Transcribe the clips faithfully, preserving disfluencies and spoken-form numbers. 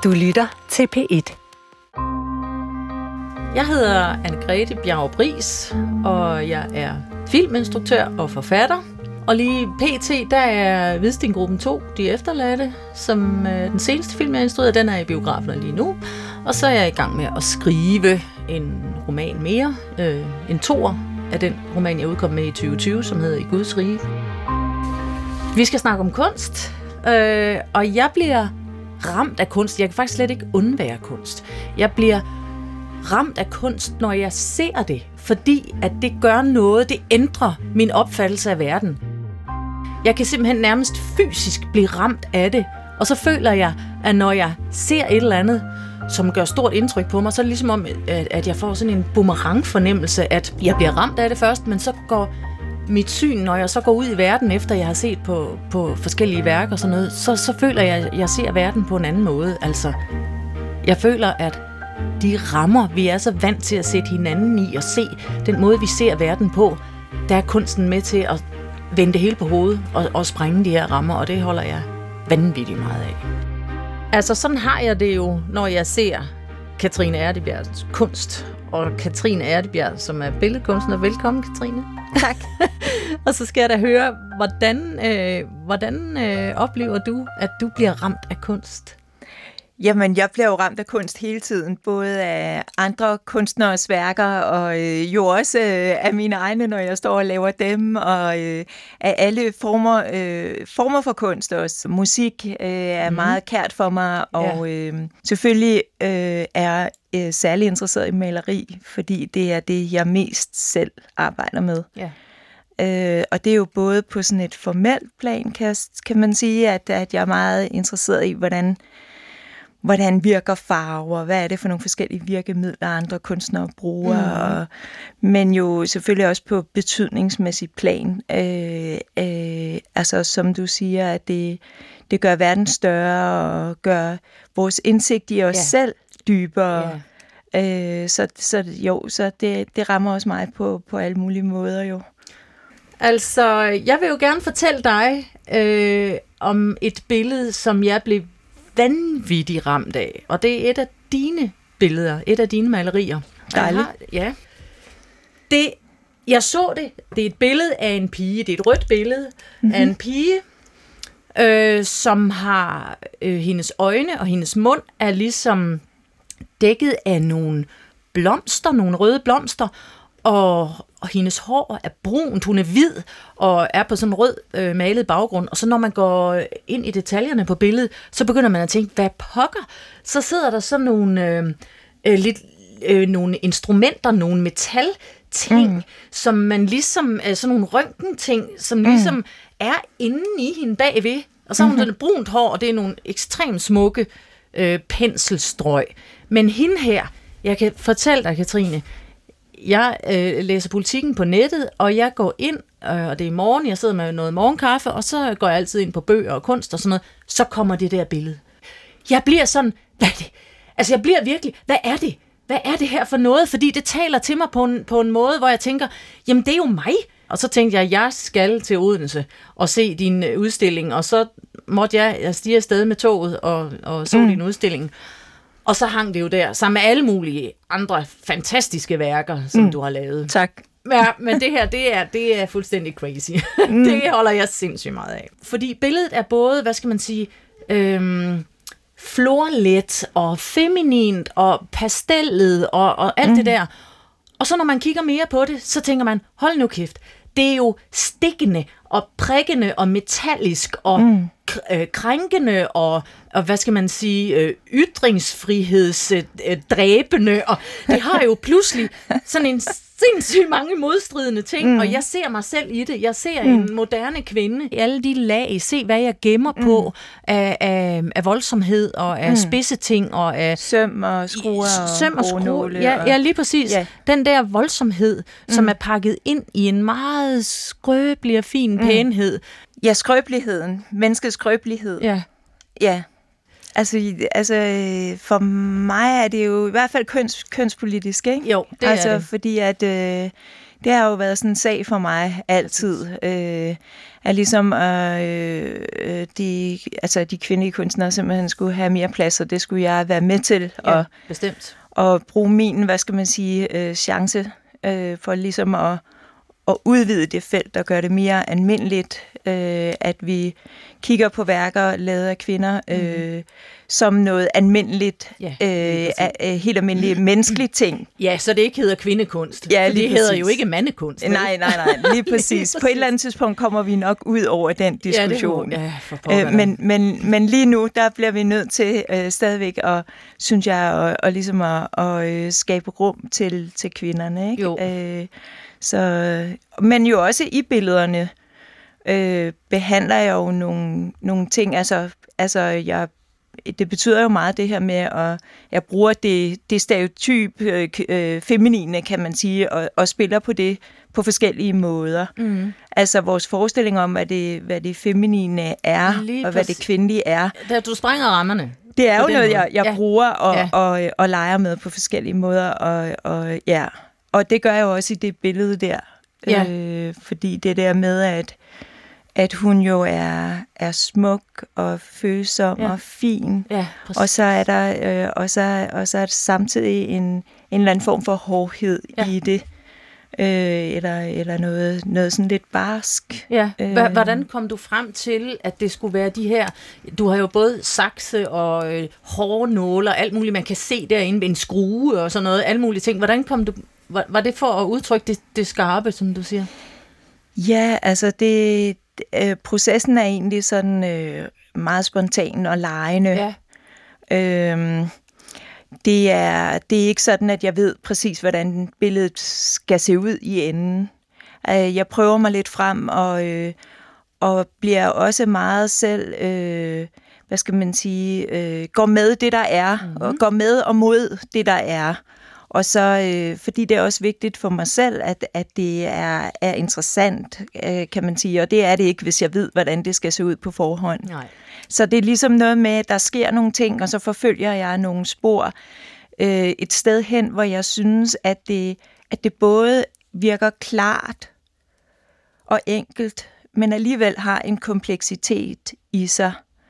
Du lytter til P et. Jeg hedder Anne-Grethe Bjarup Riis, og jeg er filminstruktør og forfatter. Og lige pt. Der er Hvidstengruppen to, De Efterladte, som øh, den seneste film, jeg instruerede, den er i biograferne lige nu. Og så er jeg i gang med at skrive en roman mere, øh, en toer af den roman, jeg udkom med i tyve tyve, som hedder I Guds Rige. Vi skal snakke om kunst, øh, og jeg bliver ramt af kunst. Jeg kan faktisk slet ikke undvære kunst. Jeg bliver ramt af kunst, når jeg ser det, fordi at det gør noget, det ændrer min opfattelse af verden. Jeg kan simpelthen nærmest fysisk blive ramt af det, og så føler jeg, at når jeg ser et eller andet, som gør stort indtryk på mig, så er det ligesom om, at jeg får sådan en boomerang-fornemmelse, at jeg bliver ramt af det først, men så går mit syn, når jeg så går ud i verden, efter jeg har set på, på forskellige værker og sådan noget, så, så føler jeg, at jeg ser verden på en anden måde. Altså, jeg føler, at de rammer, vi er så vant til at sætte hinanden i og se den måde, vi ser verden på, der er kunsten med til at vende det hele på hovedet og, og sprænge de her rammer, og det holder jeg vanvittigt meget af. Altså, sådan har jeg det jo, når jeg ser Katrine Erdebjergs kunst. Og Katrine Erdebjerg, som er billedkunstner. Velkommen, Katrine. Tak. Og så skal jeg da høre, hvordan, øh, hvordan øh, oplever du, at du bliver ramt af kunst? Jamen, jeg bliver jo ramt af kunst hele tiden, både af andre kunstneres værker, og øh, jo også øh, af mine egne, når jeg står og laver dem, og øh, af alle former, øh, former for kunst også. Musik øh, er mm. meget kært for mig, og ja. øh, selvfølgelig øh, er øh, særlig interesseret i maleri, fordi det er det, jeg mest selv arbejder med. Ja. Øh, og det er jo både på sådan et formelt plan, kan, kan man sige, at, at jeg er meget interesseret i, hvordan Hvordan virker farver? Hvad er det for nogle forskellige virkemidler, andre kunstnere bruger? Mm. Og, men jo selvfølgelig også på betydningsmæssig plan. Øh, øh, altså som du siger, at det, det gør verden større og gør vores indsigt i os yeah. selv dybere. Yeah. Øh, så, så jo, så det, det rammer også mig på, på alle mulige måder jo. Altså, jeg vil jo gerne fortælle dig øh, om et billede, som jeg blev vanvittigt ramt af. Og det er et af dine billeder, et af dine malerier. Dejligt. Har, ja. Det, jeg så det. Det er et billede af en pige. Det er et rødt billede mm-hmm. af en pige, øh, som har øh, hendes øjne og hendes mund er ligesom dækket af nogle blomster, nogle røde blomster, og og hendes hår er brunt, hun er hvid, og er på sådan en rød øh, malet baggrund. Og så når man går ind i detaljerne på billedet, så begynder man at tænke, hvad pokker? Så sidder der sådan nogle, øh, øh, lidt, øh, nogle instrumenter, nogle metalting, mm. som man ligesom, øh, sådan nogle røntgenting, som mm. ligesom er inde i hende bagved. Og så har hun mm-hmm. sådan et brunt hår, og det er nogle ekstremt smukke øh, penselstrøg. Men hende her, jeg kan fortælle dig, Katrine, jeg øh, læser Politikken på nettet, og jeg går ind, øh, og det er i morgen, jeg sidder med noget morgenkaffe, og så går jeg altid ind på bøger og kunst og sådan noget, så kommer det der billede. Jeg bliver sådan, hvad er det? Altså jeg bliver virkelig, hvad er det? Hvad er det her for noget? Fordi det taler til mig på en, på en måde, hvor jeg tænker, jamen det er jo mig. Og så tænkte jeg, jeg skal til Odense og se din udstilling, og så måtte jeg, jeg stige afsted med toget og, og så mm. din udstilling. Og så hang det jo der, sammen med alle mulige andre fantastiske værker, som mm. du har lavet. Tak. Ja, men det her, det er, det er fuldstændig crazy. Mm. Det holder jeg sindssygt meget af. Fordi billedet er både, hvad skal man sige, øhm, florlet og feminint og pastellet og, og alt mm. det der. Og så når man kigger mere på det, så tænker man, hold nu kæft, det er jo stikkende og prikkende og metallisk og mm. krænkende og, og hvad skal man sige, ytringsfrihedsdræbende, og det har jo pludselig sådan en sindssygt mange modstridende ting, mm. og jeg ser mig selv i det. Jeg ser mm. en moderne kvinde i alle de lag. Se, hvad jeg gemmer mm. på af, af, af voldsomhed og af mm. spidse ting og af søm og skruer og søm og skruer. Ja, ja, lige præcis. Ja. Den der voldsomhed, mm. som er pakket ind i en meget skrøbelig og fin pænhed. Ja, skrøbeligheden. Menneskets skrøbelighed. Ja. Ja. Altså, altså, for mig er det jo i hvert fald køns, kønspolitisk, ikke? Jo, det altså, er det. Fordi at øh, det har jo været sådan en sag for mig altid. Øh, at ligesom øh, de, altså de kvindelige kunstnere simpelthen skulle have mere plads, og det skulle jeg være med til. Ja, og, bestemt. Og bruge min, hvad skal man sige, øh, chance øh, for ligesom at, at udvide det felt og gøre det mere almindeligt, øh, at vi kigger på værker lavet af kvinder øh, mm. som noget almindeligt, ja, øh, af, helt almindelige menneskelige ting. Ja, så det ikke hedder kvindekunst. Ja, det hedder præcis. Jo ikke mandekunst. Nej, nej, nej, lige præcis. lige præcis. På et eller andet tidspunkt kommer vi nok ud over den diskussion. Ja, det må, ja, for øh, men, men, men lige nu, der bliver vi nødt til øh, stadigvæk, og synes jeg, og, og ligesom at, at øh, skabe rum til, til kvinderne. Ikke? Jo. Øh, så, men jo også i billederne øh, behandler jeg jo nogle, nogle ting. Altså, altså jeg, det betyder jo meget det her med, at jeg bruger det, det stereotyp øh, øh, feminine, kan man sige, og, og spiller på det på forskellige måder. Mm. Altså vores forestilling om, hvad det, hvad det feminine er, lige og hvad det kvindelige er. Der, du sprænger rammerne. Det er jo noget, jeg, jeg ja. bruger og, ja. og, og, og leger med på forskellige måder. Og, og, ja. og det gør jeg jo også i det billede der. Ja. Øh, fordi det der med, at, at hun jo er, er smuk og følsom ja. og fin. Ja, og så er der øh, og så, og så er der samtidig en, en eller anden form for hårdhed ja. i det. Øh, eller, eller noget, noget sådan lidt barsk. Ja. Hvordan kom du frem til, at det skulle være de her, du har jo både sakse og øh, hårde nåler, alt muligt, man kan se derinde ved en skrue og sådan noget, alle mulige ting. Hvordan kom du, var, var det for at udtrykke det, det skarpe, som du siger? Ja, altså det, øh, processen er egentlig sådan øh, meget spontan og legende. Ja. Øhm, Det er, det er ikke sådan, at jeg ved præcis, hvordan billedet skal se ud i enden. Jeg prøver mig lidt frem, og, øh, og bliver også meget selv, øh, hvad skal man sige, øh, går med det, der er, mm-hmm. og går med og mod det, der er. Og så, øh, fordi det er også vigtigt for mig selv, at, at det er, er interessant, øh, kan man sige. Og det er det ikke, hvis jeg ved, hvordan det skal se ud på forhånd. Nej. Så det er ligesom noget med, at der sker nogle ting, og så forfølger jeg nogle spor øh, et sted hen, hvor jeg synes, at det, at det både virker klart og enkelt, men alligevel har en kompleksitet i sig.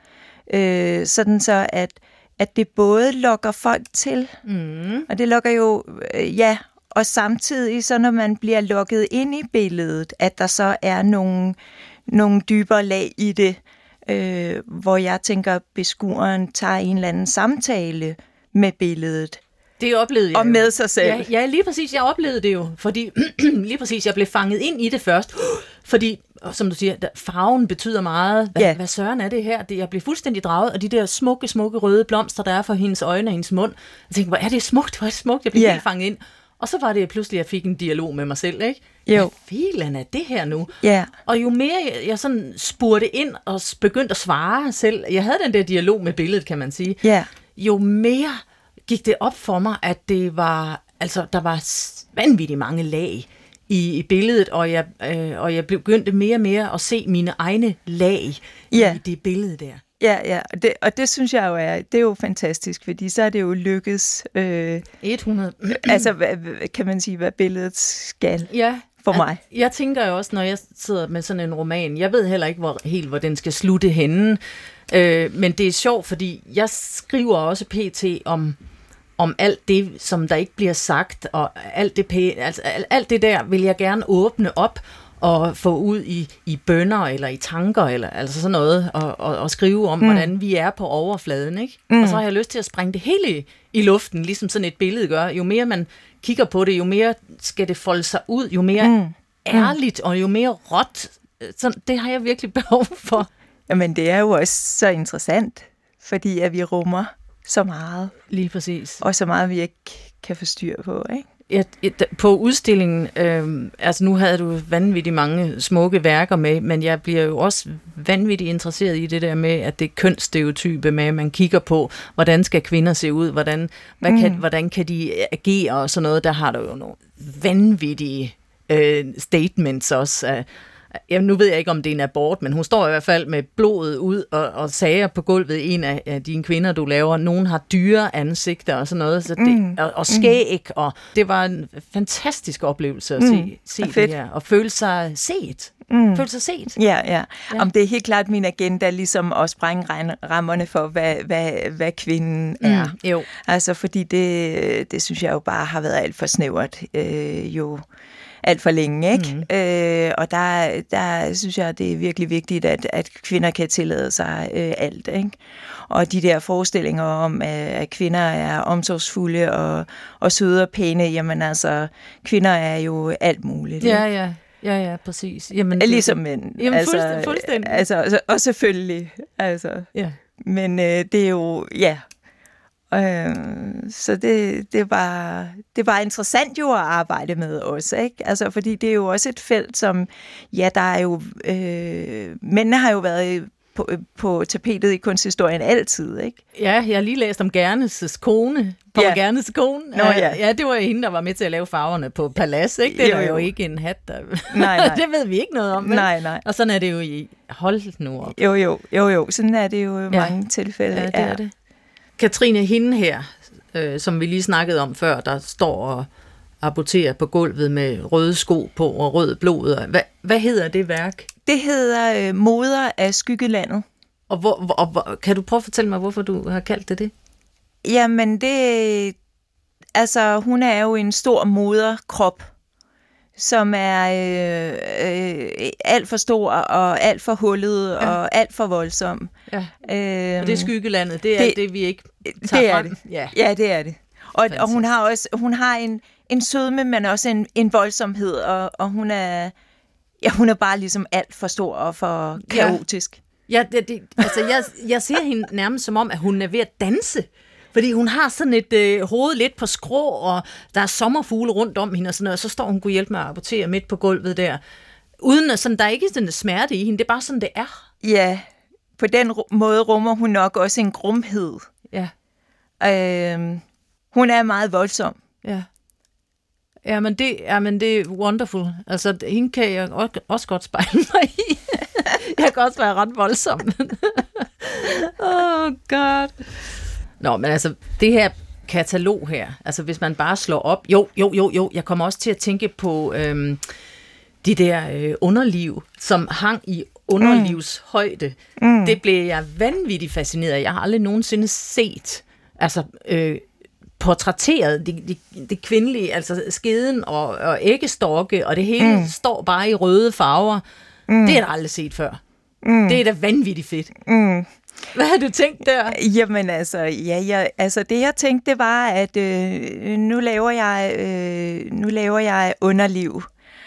Øh, sådan så, at, at det både lokker folk til, mm. og det lokker jo, øh, ja, og samtidig, så når man bliver lukket ind i billedet, at der så er nogle, nogle dybere lag i det, Øh, hvor jeg tænker, at beskueren tager en eller anden samtale med billedet. Det oplevede jeg Og jo. med sig selv. Ja, ja, lige præcis. Jeg oplevede det jo, fordi lige præcis, jeg blev fanget ind i det først, fordi, som du siger, farven betyder meget. Hvad, ja. hvad søren er det her? Det, jeg blev fuldstændig draget, og de der smukke, smukke røde blomster, der er for hendes øjne og hendes mund. Jeg tænkte, hvor er det smukt, hvor er det smukt? Jeg blev ja. helt fanget ind. Og så var det pludselig, at jeg fik en dialog med mig selv, ikke? Jo. Hvad filen er det her nu? Ja. Og jo mere jeg, jeg sådan spurgte ind og begyndte at svare selv, jeg havde den der dialog med billedet, kan man sige, ja. jo mere gik det op for mig, at det var, altså der var vanvittigt mange lag i, i billedet, og jeg, øh, og jeg begyndte mere og mere at se mine egne lag ja. i det billede der. Ja, ja, og det, og det synes jeg jo er, det er jo fantastisk, fordi så er det jo lykkes. Øh, hundrede altså, hvad, kan man sige, hvad billedet skal ja, for mig. Jeg tænker jo også, når jeg sidder med sådan en roman, jeg ved heller ikke hvor, helt, hvor den skal slutte henne, øh, men det er sjovt, fordi jeg skriver også pt. om om alt det, som der ikke bliver sagt, og alt det, pæ- altså, alt det der vil jeg gerne åbne op, og få ud i, i bønner, eller i tanker, eller altså sådan noget, og, og, og skrive om, mm. hvordan vi er på overfladen, ikke? Mm. Og så har jeg lyst til at sprænge det hele i, i luften, ligesom sådan et billede gør. Jo mere man kigger på det, jo mere skal det folde sig ud, jo mere mm. ærligt, og jo mere råt. Så det har jeg virkelig behov for. Jamen, det er jo også så interessant, fordi at vi rummer så meget. Lige præcis. Og så meget, vi ikke kan få styr på, ikke? Ja, på udstillingen, øh, altså nu havde du vanvittigt mange smukke værker med, men jeg bliver jo også vanvittigt interesseret i det der med, at det er kønsstereotype med, at man kigger på, hvordan skal kvinder se ud, hvordan, hvad kan, mm. hvordan kan de agere og sådan noget. Der har du jo nogle vanvittige øh, statements også af, Jamen, nu ved jeg ikke, om det er en abort, men hun står i hvert fald med blodet ud og, og sager på gulvet. En af, af dine kvinder, du laver, nogen har dyre ansigter og sådan noget, så det, mm. og, og skæg, mm. og det var en fantastisk oplevelse at mm. se, se det her, og føle sig set. Mm. Føle sig set. Ja, ja. ja. Om det er helt klart min agenda, ligesom at sprænge rammerne for, hvad, hvad, hvad kvinden er. Mm. Jo. Altså, fordi det, det synes jeg jo bare har været alt for snævert, øh, jo alt for længe, ikke? Mm. Øh, og der, der synes jeg, det er virkelig vigtigt, at, at kvinder kan tillade sig øh, alt, ikke? Og de der forestillinger om, at kvinder er omsorgsfulde og, og søde og pæne, jamen altså, kvinder er jo alt muligt. Ja, ja. Ja, ja, præcis. Jamen, ligesom mænd. Jamen, altså, fuldstændig. fuldstændig. Altså, og selvfølgelig. Altså. Ja. Men øh, det er jo, ja. Øh, så det, det, var, det var interessant jo at arbejde med også, ikke? Altså, fordi det er jo også et felt, som, ja, der er jo, øh, mændene har jo været på, på tapetet i kunsthistorien altid, ikke? Ja, jeg har lige læst om Gernes' kone. Paul ja. Gernes' kone. Nå, ja. ja, det var hende, der var med til at lave farverne på Palads, ikke? Det er jo, jo ikke en hat, der... Nej, nej. Det ved vi ikke noget om, men... Nej, nej. Og sådan er det jo i... Hold nu op. Jo, jo, jo, jo. Sådan er det jo i ja. mange tilfælde. Ja, det er det. Katrine, hende her, øh, som vi lige snakkede om før, der står og aborterer på gulvet med røde sko på og rød blod. Hvad, hvad hedder det værk? Det hedder øh, Moder af Skyggelandet. Og, hvor, hvor, og hvor, kan du prøve at fortælle mig, hvorfor du har kaldt det det? Jamen, det... Altså, hun er jo en stor moderkrop, som er øh, øh, alt for stor og alt for hullet ja. og alt for voldsom. Ja. Øhm, og det er Skyggelandet, det er det, det vi ikke tager det er frem. Det. Ja. ja, det er det. Og, og hun har også hun har en, en sødme, men også en, en voldsomhed, og, og hun er ja, hun er bare ligesom alt for stor og for kaotisk. Ja, ja det, det, altså jeg, jeg ser hende nærmest som om, at hun er ved at danse. Fordi hun har sådan et øh, hoved lidt på skrå, og der er sommerfugle rundt om hende og sådan noget, og så står hun kunne hjælpe med at abortere midt på gulvet der. Uden at sådan, der er ikke sådan en smerte i hende, det er bare sådan, det er. Ja, på den måde rummer hun nok også en grumhed. Ja. Øhm, hun er meget voldsom. Ja. Ja, men det, ja, men det er wonderful. Altså, hende kan jeg også godt spejle mig i. Jeg kan også være ret voldsom. Oh god. Nå, men altså, det her katalog her, altså hvis man bare slår op, jo, jo, jo, jo, jeg kommer også til at tænke på øhm, de der øh, underliv, som hang i underlivshøjde. Mm. Det blev jeg vanvittigt fascineret af. Jeg har aldrig nogensinde set, altså øh, portrætteret det de, de kvindelige, altså skeden og, og æggestorke, og det hele mm. står bare i røde farver. Mm. Det har jeg aldrig set før. Mm. Det er da vanvittigt fedt. Mm. Hvad har du tænkt der? Jamen altså, ja, jeg, altså det jeg tænkte, det var, at øh, nu laver jeg øh, nu laver jeg underliv,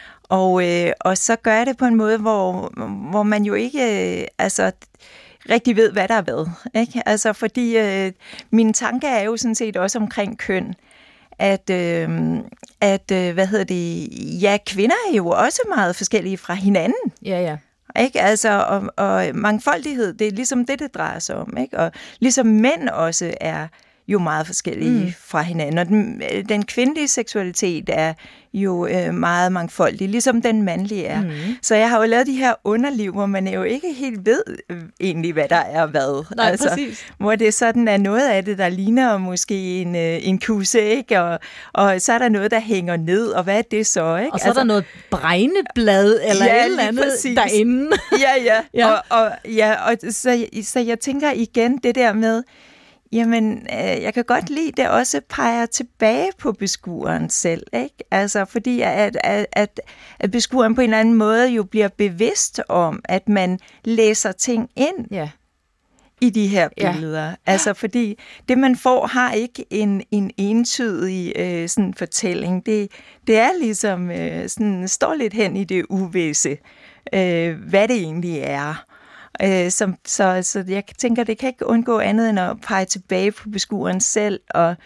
og øh, og så gør jeg det på en måde, hvor hvor man jo ikke øh, altså rigtig ved, hvad der er hvad, ikke? Altså fordi øh, mine tanker er jo sådan set også omkring køn, at øh, at øh, hvad hedder det? Ja, kvinder er jo også meget forskellige fra hinanden. Ja, ja. Ikke? Altså, og, og mangfoldighed, det er ligesom det, det drejer sig om. Ikke? Og ligesom mænd også er jo meget forskellige mm. fra hinanden. Og den, den kvindelige seksualitet er jo øh, meget mangfoldig, ligesom den mandlige er. Mm. Så jeg har jo lavet de her underliv, hvor man jo ikke helt ved øh, egentlig, hvad der er hvad. Nej, altså, præcis. Hvor det sådan er noget af det, der ligner måske en, øh, en kusse, ikke? Og, og så er der noget, der hænger ned, og hvad er det så? Ikke? Og så altså, er der noget bregneblad eller ja, et eller andet præcis. derinde. Ja, ja. ja. Og, og, ja, og så, så jeg tænker igen det der med, jamen, øh, jeg kan godt lide, det også peger tilbage på beskueren selv, ikke? Altså, fordi at, at, at, at beskueren på en eller anden måde jo bliver bevidst om, at man læser ting ind ja. i de her billeder. Ja. Altså, fordi det, man får, har ikke en, en entydig øh, sådan fortælling. Det, det er ligesom, øh, sådan, står lidt hen i det uvisse, øh, hvad det egentlig er. Øh, så, så, så jeg tænker, det kan ikke undgå andet end at pege tilbage på beskueren selv og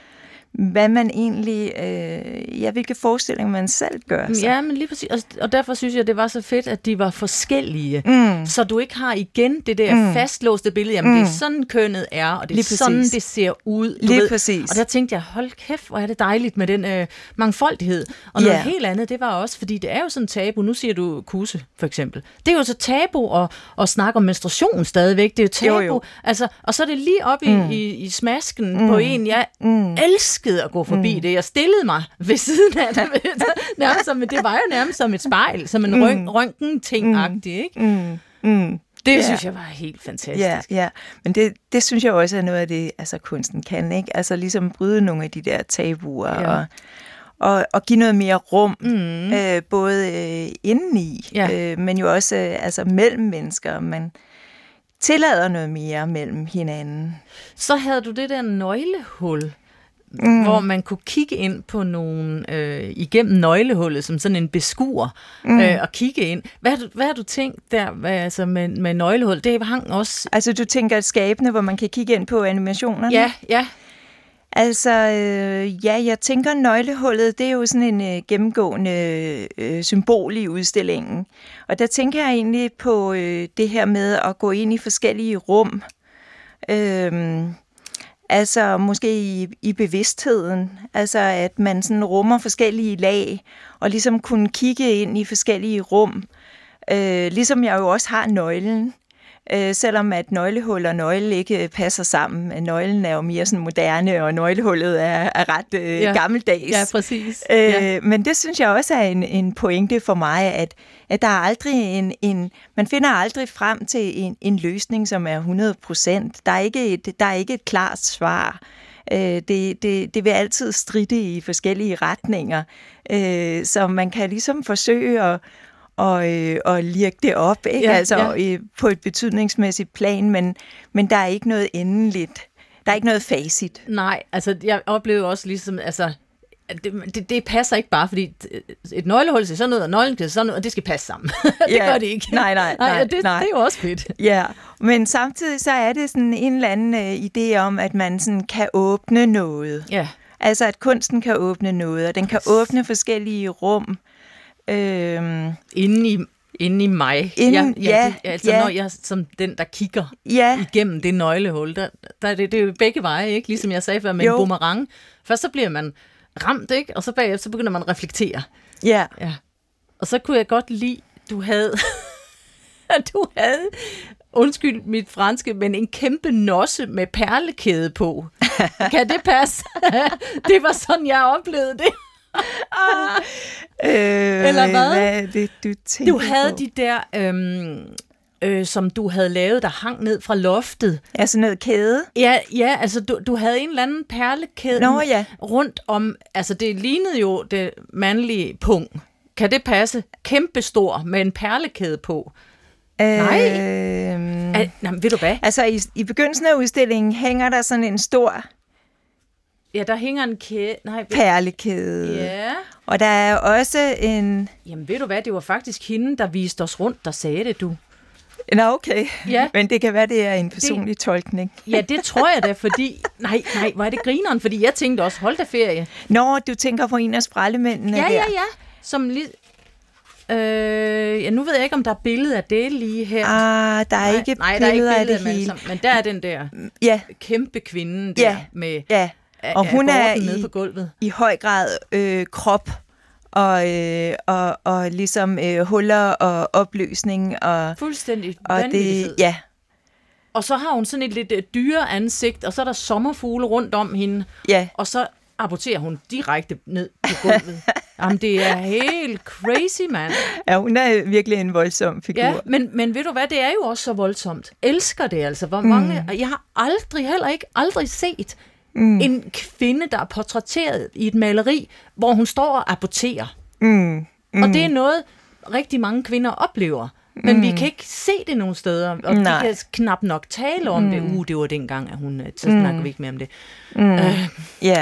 hvad man egentlig, øh, ja, hvilke forestillinger man selv gør sig. Ja, men lige præcis. Og, og derfor synes jeg, det var så fedt, at de var forskellige. Mm. Så du ikke har igen det der mm. fastlåste billede, jamen mm. det er sådan kønnet er, og det er lige sådan, præcis. Det ser ud. Du lige ved. præcis. Og der tænkte jeg, hold kæft, hvor er det dejligt med den øh, mangfoldighed. Og noget yeah. helt andet, det var også, fordi det er jo sådan tabu, nu siger du kusse, for eksempel. Det er jo så tabu at, at snakke om menstruation stadigvæk, det er jo tabu. Jo, jo. Altså, og så er det lige op mm. i, i, i smasken mm. på en, jeg mm. elskede at gå forbi mm. det. Jeg stillede mig ved siden af det, nærmest som, det var jo nærmest som et spejl, som en mm. røntgen-ting-agtig, ikke? Mm. Mm. Det yeah. synes jeg var helt fantastisk. Ja, yeah, yeah. Men det, det synes jeg også er noget af det, altså kunsten kan, ikke? Altså ligesom bryde nogle af de der tabuer yeah. og, og, og give noget mere rum, mm. øh, både øh, indeni, yeah. øh, men jo også øh, altså mellem mennesker. Man tillader noget mere mellem hinanden. Så havde du det der nøglehul, Mm. hvor man kunne kigge ind på nogen øh, igennem nøglehullet som sådan en beskuer mm. øh, og kigge ind. Hvad har du, hvad har du tænkt der hvad, altså med, med nøglehul? Det hang også... Altså du tænker skabene, hvor man kan kigge ind på animationerne? Ja, ja. Altså, øh, ja, jeg tænker nøglehullet, det er jo sådan en øh, gennemgående øh, symbol i udstillingen. Og der tænker jeg egentlig på øh, det her med at gå ind i forskellige rum. Øh, Altså måske i, i bevidstheden, altså at man sådan rummer forskellige lag, og ligesom kunne kigge ind i forskellige rum. Øh, ligesom jeg jo også har nøglen, øh, selvom at nøglehul og nøgle ikke passer sammen. Nøglen er jo mere sådan moderne, og nøglehullet er, er ret øh, ja. gammeldags. Ja, præcis. Øh, ja. Men det synes jeg også er en, en pointe for mig, at at der er aldrig en, en, man finder aldrig frem til en, en løsning, som er hundrede procent. Der er ikke et, der er ikke et klart svar. Øh, det, det, det vil altid stride i forskellige retninger, øh, så man kan ligesom forsøge at og, øh, og lirke det op, ikke? Ja, altså ja. på et betydningsmæssigt plan, men, men der er ikke noget endeligt. Der er ikke noget facit. Nej, altså jeg oplever også ligesom, altså Det, det, det passer ikke bare, fordi et nøglehul til sådan noget, og nøglen til sådan noget, og det skal passe sammen. det ja. gør det ikke. Nej, nej, nej. nej, det, nej. det er jo også fedt. Ja, men samtidig så er det sådan en eller anden uh, idé om, at man sådan kan åbne noget. Ja. Altså, at kunsten kan åbne noget, og den kan åbne forskellige rum. Øhm, Inden i Inde i mig. Inden, ja, ja, det, altså ja. Når jeg som den, der kigger ja. igennem det nøglehul, der, der, det, det er jo begge veje, ikke? Ligesom jeg sagde før med jo. en boomerang. Først så bliver man ramt, ikke? Og så bagefter, så begynder man at reflektere. Ja. ja. Og så kunne jeg godt lide, du havde, du havde, undskyld mit franske, men en kæmpe nosse med perlekæde på. Kan det passe? Det var sådan, jeg oplevede det. ah. øh, Eller hvad? Hvad er det, du tænker Du havde på? de der... Øhm, Øh, som du havde lavet, der hang ned fra loftet. Ja, sådan noget kæde. Ja, ja, altså du, du havde en eller anden perlekæde Nå, ja. rundt om, altså det lignede jo det mandlige pung. Kan det passe? Kæmpestor med en perlekæde på. Øh, nej. Al, nej, ved du hvad? Altså i, i begyndelsen af udstillingen hænger der sådan en stor... Ja, der hænger en kæde. Nej, perlekæde. Ja. Og der er også en... Jamen ved du hvad, det var faktisk hende, der viste os rundt, der sagde det, du. Nå, okay. Ja. Men det kan være, det er en personlig det, tolkning. Ja, det tror jeg da, fordi... Nej, nej, hvor er det grineren? Fordi jeg tænkte også, hold da ferie. Nå, du tænker på en af sprællemændene ja, der. Ja, ja, som lige... Øh, ja, nu ved jeg ikke, om der er billede af det lige her. Ah, der er nej, ikke nej, billede der er ikke af det med, hele. Som, men der er den der ja. kæmpe kvinde der ja. med ja. Og hun er nede på gulvet. i, i høj grad øh, krop og, øh, og, og ligesom øh, huller og opløsning. Og, fuldstændig og vanvittigt fed. Ja. Og så har hun sådan et lidt uh, dyre ansigt, og så er der sommerfugle rundt om hende. Ja. Og så aborterer hun direkte ned på gulvet. Jamen, det er helt crazy, mand. Ja, hun er virkelig en voldsom figur. Ja, men, men ved du hvad, det er jo også så voldsomt. Elsker det altså. Hvor mange, mm. Jeg har aldrig, heller ikke, aldrig set mm. en kvinde, der er portrætteret i et maleri, hvor hun står og aborterer. Mm. Mm. Og det er noget, rigtig mange kvinder oplever. Men mm. vi kan ikke se det nogen steder, og Nej. vi kan knap nok tale om mm. det. Uh, det var dengang, at hun... Så snakker mm. vi ikke mere om det. Mm. Øh. Yeah.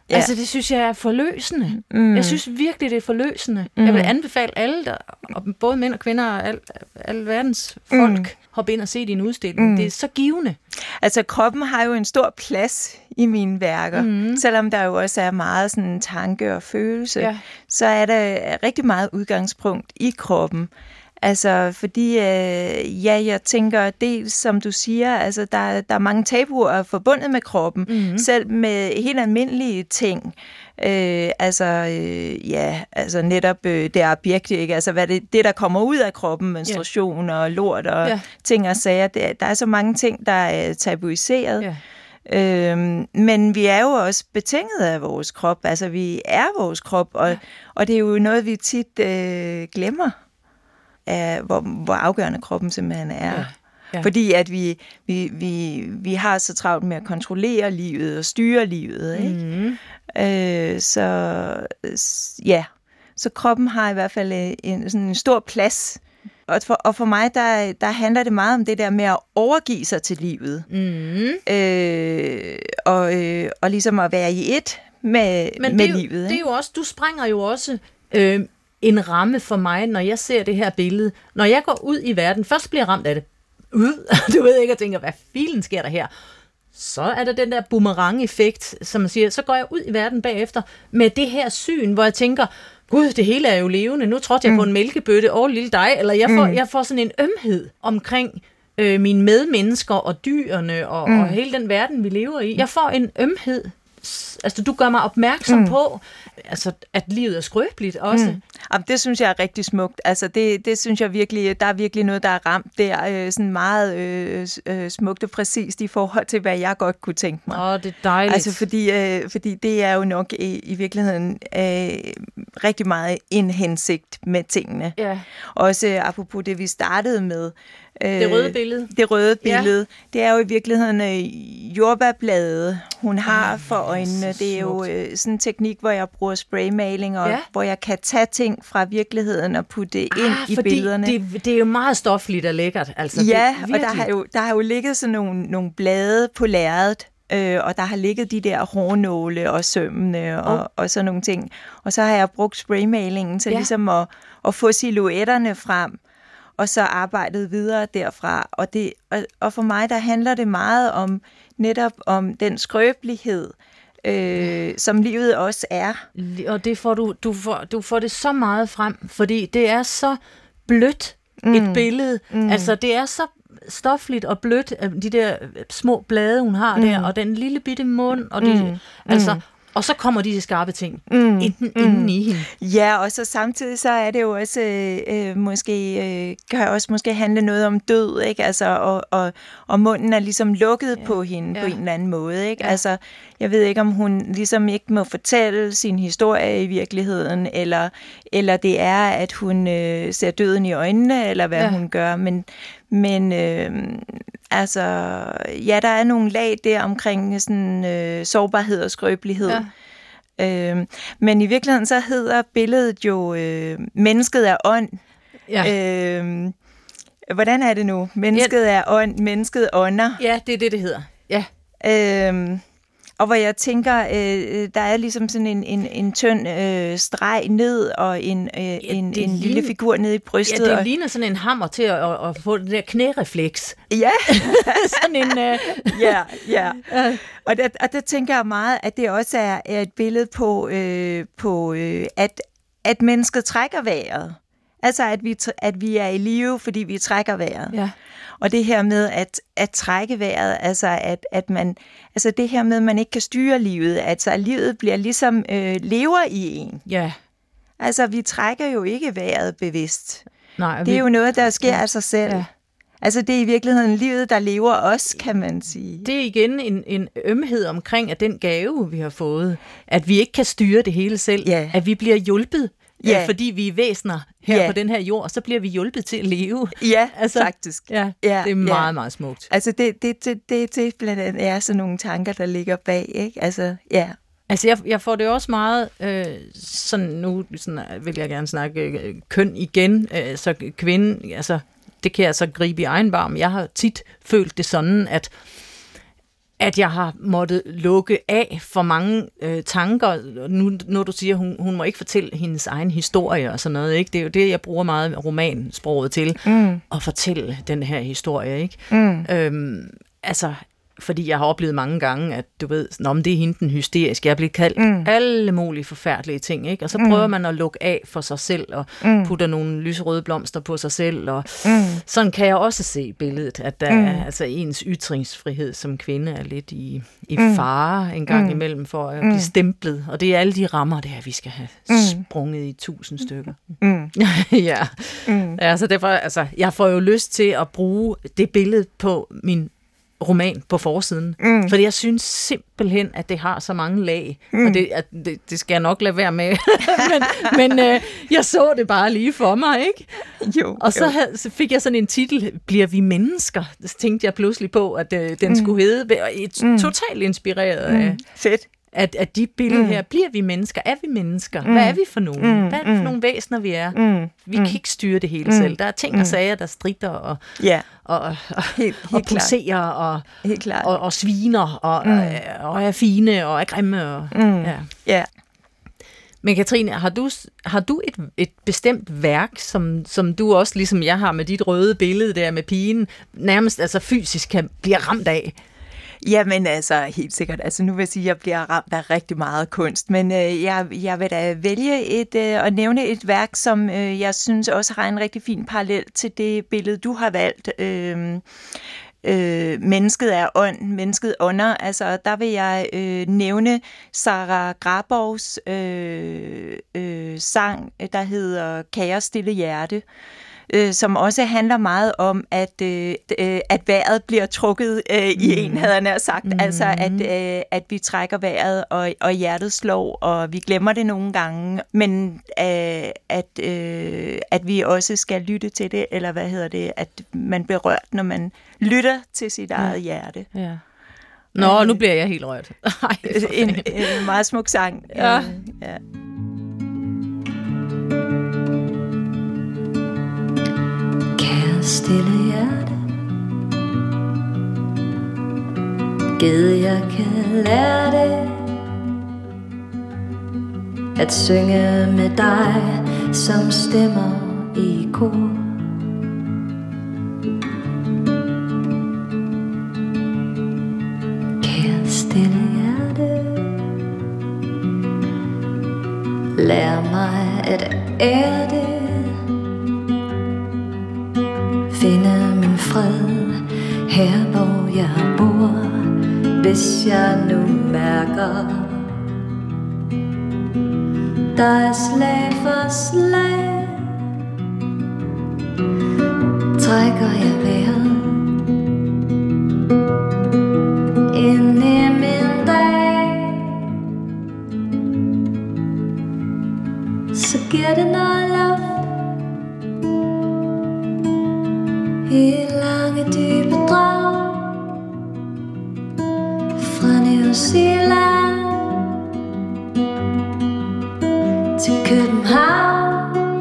Ja. Altså, det synes jeg er forløsende. Mm. Jeg synes virkelig, det er forløsende. Mm. Jeg vil anbefale alle, der, både mænd og kvinder og al, al verdens folk, mm. hoppe ind og se din udstilling. Mm. Det er så givende. Altså, kroppen har jo en stor plads i mine værker. Mm. Selvom der jo også er meget sådan tanke og følelse, ja. Så er der rigtig meget udgangspunkt i kroppen. Altså, fordi, øh, ja, jeg tænker dels, som du siger, altså, der, der er mange tabuer forbundet med kroppen, mm-hmm. selv med helt almindelige ting. Øh, altså, øh, ja, altså netop øh, det objekt, ikke? Altså, hvad det, det, der kommer ud af kroppen, menstruation yeah. og lort og yeah. ting og sager, det, der er så mange ting, der er tabuiseret. Yeah. Øhm, men vi er jo også betinget af vores krop, altså vi er vores krop, og, yeah. og det er jo noget, vi tit øh, glemmer. Af, hvor, hvor afgørende kroppen simpelthen er. Ja, ja. Fordi at vi, vi, vi, vi har så travlt med at kontrollere livet og styre livet. Ikke? Mm. Øh, så ja, så kroppen har i hvert fald en, sådan en stor plads. Og for, og for mig, der, der handler det meget om det der med at overgive sig til livet. Mm. Øh, og, øh, og ligesom at være i et med, Men med det livet. Men det er jo også, du sprænger jo også... Øh, en ramme for mig, når jeg ser det her billede. Når jeg går ud i verden, først bliver jeg ramt af det. Ud, du ved ikke, og tænker, hvad filen sker der her? Så er der den der boomerang-effekt, som man siger, så går jeg ud i verden bagefter med det her syn, hvor jeg tænker, gud, det hele er jo levende. Nu trådte jeg mm. på en mælkebøtte, åh, lille dig, eller jeg får, mm. jeg får sådan en ømhed omkring øh, mine medmennesker og dyrene og, mm. og hele den verden, vi lever i. Jeg får en ømhed. Altså, du gør mig opmærksom mm. på, altså, at livet er skrøbeligt også. Mm. Jamen, det synes jeg er rigtig smukt. Altså, det, det synes jeg virkelig, der er virkelig noget, der er ramt der, øh, sådan meget øh, øh, smukt og præcist i forhold til, hvad jeg godt kunne tænke mig. Åh, det er dejligt. Altså, fordi, øh, fordi det er jo nok i, i virkeligheden øh, rigtig meget en hensigt med tingene. Ja. Også øh, apropos det, vi startede med. Øh, det røde billede. Det røde billede. Ja. Det er jo i virkeligheden øh, jordbærblade, hun har for øjnene. Det er jo øh, sådan en teknik, hvor jeg bruger spraymaling, og ja. Hvor jeg kan tage ting fra virkeligheden og putte det ind ah, i billederne. Det, det er jo meget stofligt og lækkert. Altså, ja, det, og der har, jo, der har jo ligget sådan nogle, nogle blade på lærredet, øh, og der har ligget de der hårnåle og sømmene og, oh. og sådan nogle ting. Og så har jeg brugt spraymalingen til ja. Ligesom at, at få silhuetterne frem, og så arbejdet videre derfra. Og, det, og, og for mig, der handler det meget om netop om den skrøbelighed, øh, som livet også er. Og det får du, du, får, du får det så meget frem, fordi det er så blødt et mm. billede. Mm. Altså, det er så stofligt og blødt, de der små blade, hun har mm. der, og den lille bitte mund, og det, mm. altså... Og så kommer de skarpe ting mm, inden, mm. inden i hende. Ja, og så samtidig så er det jo også øh, måske øh, kan også måske handle noget om død, ikke? Altså og, og og munden er ligesom lukket ja. På hende ja. På en eller anden måde, ikke? Ja. Altså jeg ved ikke om hun ligesom ikke må fortælle sin historie i virkeligheden, eller eller det er at hun øh, ser døden i øjnene, eller hvad ja. Hun gør, men Men øh, altså, ja, der er nogle lag der omkring sådan øh, sårbarhed og skrøbelighed. Ja. Øh, men i virkeligheden så hedder billedet jo øh, mennesket er ånd. Ja. Øh, hvordan er det nu? Mennesket ja. Er ånd, mennesket ånder. Ja, det er det, det hedder. Ja. Øh, og hvor jeg tænker, øh, der er ligesom sådan en, en, en tynd øh, streg ned, og en, øh, ja, en, en ligner, lille figur nede i brystet. Ja, det og ligner sådan en hammer til at, at, at få den der knærefleks. Ja. sådan en... Øh... ja, ja. Og der, og der tænker jeg meget, at det også er, er et billede på, øh, på øh, at, at mennesket trækker vejret. Altså, at vi, at vi er i live, fordi vi trækker vejret. Ja. Og det her med at, at trække vejret, altså at, at man, altså det her med, at man ikke kan styre livet, altså at livet bliver ligesom øh, lever i en. Ja. Altså vi trækker jo ikke vejret bevidst. Nej, det vi... er jo noget, der sker ja. Af sig selv. Ja. Altså det er i virkeligheden livet, der lever os, kan man sige. Det er igen en, en ømhed omkring, at den gave, vi har fået, at vi ikke kan styre det hele selv, ja. At vi bliver hjulpet. Ja. Fordi vi er væsener her ja. På den her jord, så bliver vi hjulpet til at leve. Ja, altså, faktisk. Ja, ja, det er meget, ja. Meget smukt. Altså, det, det, det, det, det blandt andet er sådan nogle tanker, der ligger bag, ikke? Altså, ja. Altså, jeg, jeg får det også meget, øh, sådan nu sådan, vil jeg gerne snakke øh, køn igen, øh, så kvinde, altså, det kan jeg så gribe i egen barm. Jeg har tit følt det sådan, at at jeg har måttet lukke af for mange øh, tanker. Nu, når du siger, hun, hun må ikke fortælle hendes egen historie og sådan noget, ikke? Det er jo det, jeg bruger meget romansproget til, mm. at fortælle den her historie, ikke? Mm. Øhm, altså, fordi jeg har oplevet mange gange, at du ved, nå, men det er hende den hysteriske. Jeg er blevet kaldt mm. alle mulige forfærdelige ting, ikke? Og så prøver mm. man at lukke af for sig selv, og mm. putter nogle lyserøde blomster på sig selv, og mm. sådan kan jeg også se billedet, at der mm. er, altså ens ytringsfrihed som kvinde er lidt i, i mm. fare en gang mm. imellem for at blive stemplet, og det er alle de rammer der, vi skal have mm. sprunget i tusind stykker. Mm. ja. Mm. Altså, derfor, altså, jeg får jo lyst til at bruge det billede på min roman på forsiden. Mm. Fordi jeg synes simpelthen, at det har så mange lag. Mm. Og det, at det, det skal jeg nok lade være med. men men øh, jeg så det bare lige for mig, ikke? Jo, og så, havde, så fik jeg sådan en titel, Bliver vi mennesker? Så tænkte jeg pludselig på, at øh, den mm. skulle hedde. Et, mm. Totalt inspireret mm. af... Fedt. At, at de billeder mm. her, bliver vi mennesker? Er vi mennesker? Mm. Hvad er vi for nogen? Mm. Hvad er det for nogle væsener, vi er? Mm. Vi kan ikke styre det hele mm. selv. Der er ting og sager, der stritter og, yeah. og, og, helt, helt og poserer og, og, og sviner og, mm. og, og er fine og er grimme. Og, mm. ja. Yeah. Men Katrine, har du, har du et, et bestemt værk, som, som du også, ligesom jeg har med dit røde billede der med pigen, nærmest altså fysisk kan blive ramt af? Jamen altså, helt sikkert. Altså nu vil jeg sige, at jeg bliver ramt af rigtig meget kunst, men øh, jeg, jeg vil da vælge et, øh, at nævne et værk, som øh, jeg synes også har en rigtig fin parallel til det billede, du har valgt. Øh, øh, mennesket er ånd, mennesket ånder. Altså der vil jeg øh, nævne Sara Graborgs øh, øh, sang, der hedder Kære stille hjerte, Øh, som også handler meget om, at, øh, at vejret bliver trukket øh, mm. i en, havde jeg nær sagt. Mm. Altså, at, øh, at vi trækker vejret, og, og hjertet slår, og vi glemmer det nogle gange. Men øh, at, øh, at vi også skal lytte til det, eller hvad hedder det, at man bliver rørt, når man lytter til sit eget ja. hjerte. Ja. Nå, øh, nu bliver jeg helt rørt. Ej, en, en meget smuk sang. Ja. Øh, ja. Stille hjerte, gid jeg kan lære det at synge med dig som stemmer i kor. Kære stille hjerte, lær mig at ære det, finde min fred her hvor jeg bor. Hvis jeg nu mærker der er slag for slag, trækker jeg vejret ind i min dag, så giver det noget luft i lange dybe drag fra New Zealand til København.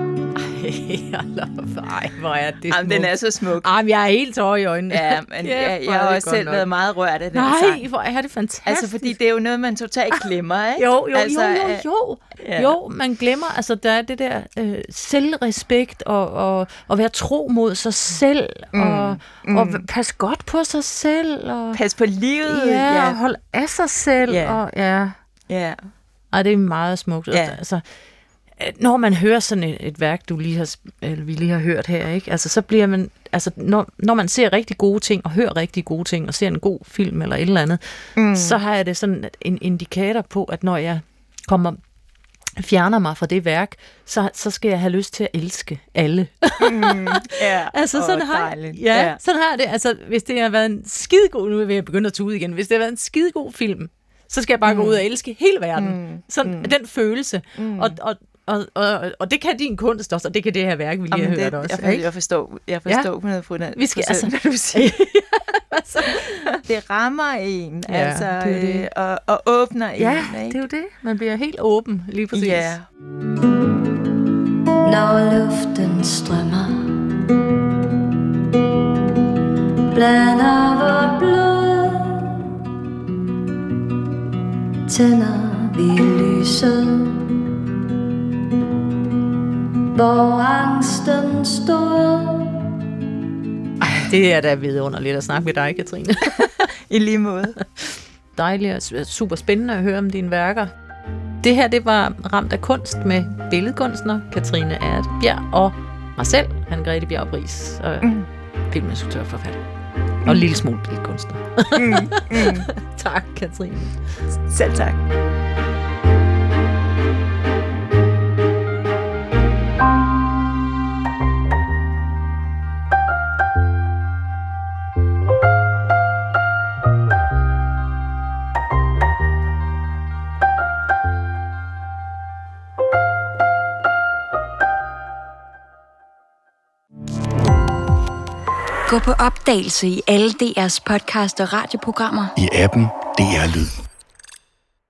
Ej, hvor er det Jamen, den er så smuk. Jamen, jeg er helt tår i øjnene. Ja, men ja, jeg, jeg har også selv nok. været meget rørt af den Nej, sang. Nej, hvor er det fantastisk. Altså, fordi det er jo noget, man totalt glemmer, ikke? Jo, jo, altså, jo, jo, jo. Ja. Jo, man glemmer, altså der er det der øh, selvrespekt og, og, og være tro mod sig selv, mm. og, mm. og passe godt på sig selv. Og, pas på livet. Ja, ja. Og holde af sig selv. Ja. Og, ja. Ja. Ej, det er meget smukt. Ja. Altså, når man hører sådan et, et værk, du lige har, eller vi lige har hørt her, ikke? Altså, så bliver man, altså, når, når man ser rigtig gode ting, og hører rigtig gode ting, og ser en god film eller et eller andet, mm. så har jeg det sådan en indikator på, at når jeg kommer, fjerner mig fra det værk, så, så skal jeg have lyst til at elske alle. mm. Ja, altså, sådan oh, har, ja, ja. sådan har det. Altså, hvis det har været en skidegod, nu vil jeg begynde at tude igen, hvis det har været en skidegod film, så skal jeg bare mm. gå ud og elske hele verden. Mm. Sådan, mm. den følelse. Mm. Og, og Og, og, og det kan din kunst også, og det kan det her værk, vi lige Jamen har hørt det, også. Jeg, jeg forstår, jeg forstår ja. på noget vi skal, procent, altså, hvad du siger. altså, det rammer en, ja, altså, det det. Øh, og, og åbner ja, en. Ja, det er jo det. Man bliver helt åben, lige præcis. Ja. Når luften strømmer, blander vort blod tænder vi lyset, hvor angsten stod. Ej, det er da vidunderligt at snakke med dig, Katrine. I lige måde. Dejligt og super spændende at høre om dine værker. Det her, det var Ramt af kunst med billedkunstner Katrine Ertbjerg og mig selv, Anne-Grethe Bjarup Riis, og mm. filminstruktør og forfatter. Og en lille smule billedkunstner. Mm. Mm. Tak, Katrine. Selv tak. Gå på opdagelse i alle D R's podcast og radioprogrammer. I appen D R Lyd.